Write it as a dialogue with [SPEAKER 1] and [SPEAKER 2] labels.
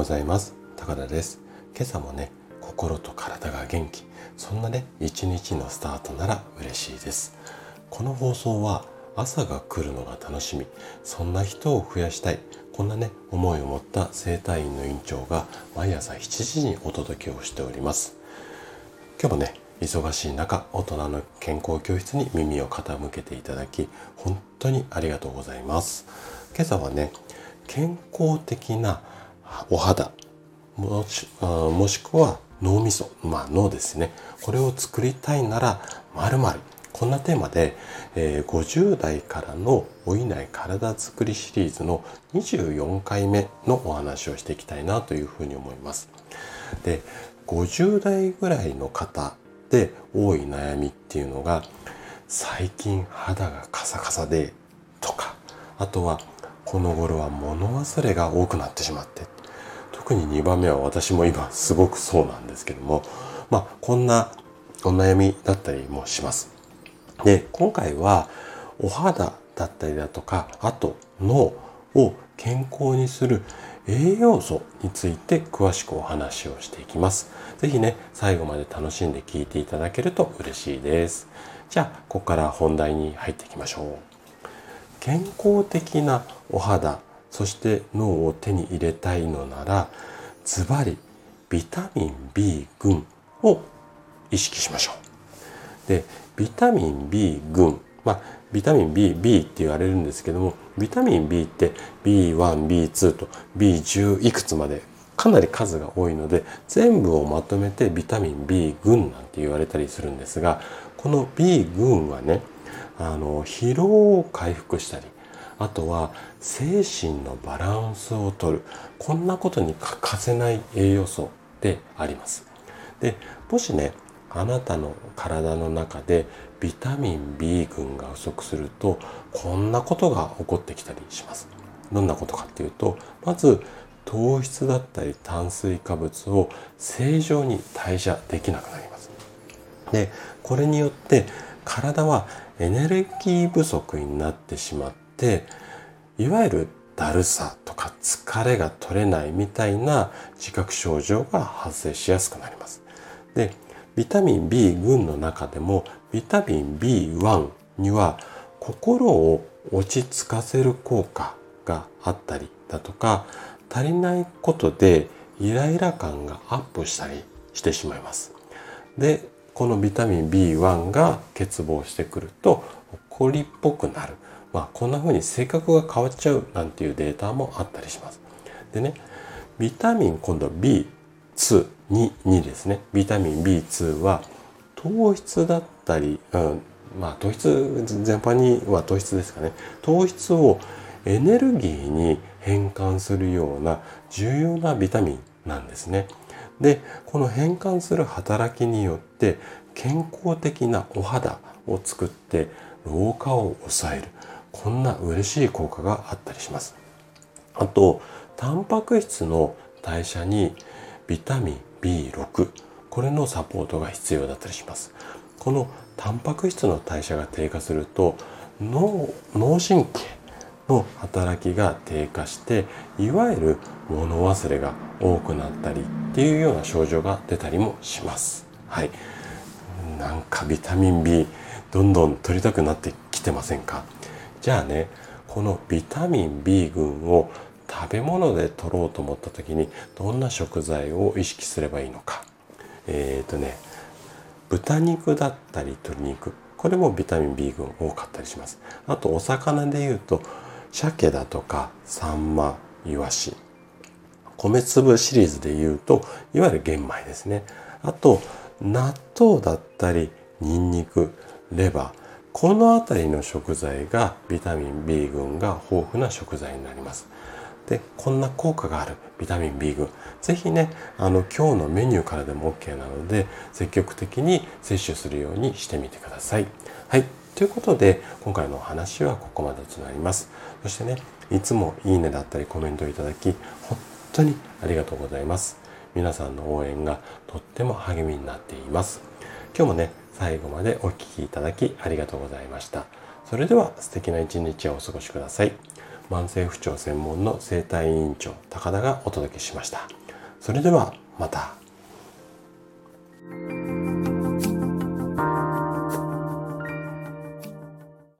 [SPEAKER 1] ございます。高田です。今朝もね、心と体が元気、そんなね、一日のスタートなら嬉しいです。この放送は朝が来るのが楽しみ、そんな人を増やしたい、こんなね、思いを持った整体院の院長が毎朝7時にお届けをしております。今日もね、忙しい中、大人の健康教室に耳を傾けていただき、本当にありがとうございます。今朝はね、健康的なお肌、もしくは脳みそ、脳ですね。これを作りたいなら〇〇。こんなテーマで、50代からの老いない体づくりシリーズの24回目のお話をしていきたいなというふうに思います。で、50代ぐらいの方で多い悩みっていうのが、最近肌がカサカサでとか、あとはこの頃は物忘れが多くなってしまって、特に2番目は私も今すごくそうなんですけども、こんなお悩みだったりもします。で、今回はお肌だったりだとか、あと脳を健康にする栄養素について詳しくお話をしていきます。ぜひね、最後まで楽しんで聞いていただけると嬉しいです。じゃあ、ここから本題に入っていきましょう。健康的なお肌、そして脳を手に入れたいのなら、ズバリビタミン B 群を意識しましょう。で、ビタミン B 群、ビタミン B って言われるんですけども、ビタミン B って B1、B2 と B10 いくつまでかなり数が多いので、全部をまとめてビタミン B 群なんて言われたりするんですが、この B 群はね、疲労を回復したり、あとは精神のバランスをとる、こんなことに欠かせない栄養素であります。で、もしね、あなたの体の中でビタミン B 群が不足すると、こんなことが起こってきたりします。どんなことかっていうと、まず糖質だったり炭水化物を正常に代謝できなくなります。で、これによって体はエネルギー不足になってしまって、いわゆるだるさとか疲れが取れないみたいな自覚症状が発生しやすくなります。で、ビタミン B 群の中でもビタミン B1 には心を落ち着かせる効果があったりだとか、足りないことでイライラ感がアップしたりしてしまいます。で、このビタミン B1 が欠乏してくると怒りっぽくなる。こんな風に性格が変わっちゃうなんていうデータもあったりします。でね、ビタミン今度 B2 2ですね。ビタミン B2 は糖質だったり、糖質全般には糖質ですかね。糖質をエネルギーに変換するような重要なビタミンなんですね。で、この変換する働きによって健康的なお肌を作って老化を抑える。こんな嬉しい効果があったりします。あと、タンパク質の代謝にビタミン B6、これのサポートが必要だったりします。このタンパク質の代謝が低下すると脳神経の働きが低下して、いわゆる物忘れが多くなったりっていうような症状が出たりもします。はい。なんかビタミン B どんどん取りたくなってきてませんか？じゃあね、このビタミン B 群を食べ物で取ろうと思った時にどんな食材を意識すればいいのか。豚肉だったり鶏肉、これもビタミン B 群多かったりします。あとお魚で言うと鮭だとかサンマ、イワシ、米粒シリーズで言うといわゆる玄米ですね。あと納豆だったりニンニク、レバー、このあたりの食材がビタミン B 群が豊富な食材になります。で、こんな効果があるビタミン B 群、ぜひね、今日のメニューからでも OK なので、積極的に摂取するようにしてみてください。はい。ということで、今回のお話はここまでとなります。そしてね、いつもいいねだったりコメントをいただき、本当にありがとうございます。皆さんの応援がとっても励みになっています。今日もね、最後までお聞きいただきありがとうございました。それでは素敵な一日をお過ごしください。 慢性不調専門の整体委員長高田がお届けしました。それではまた。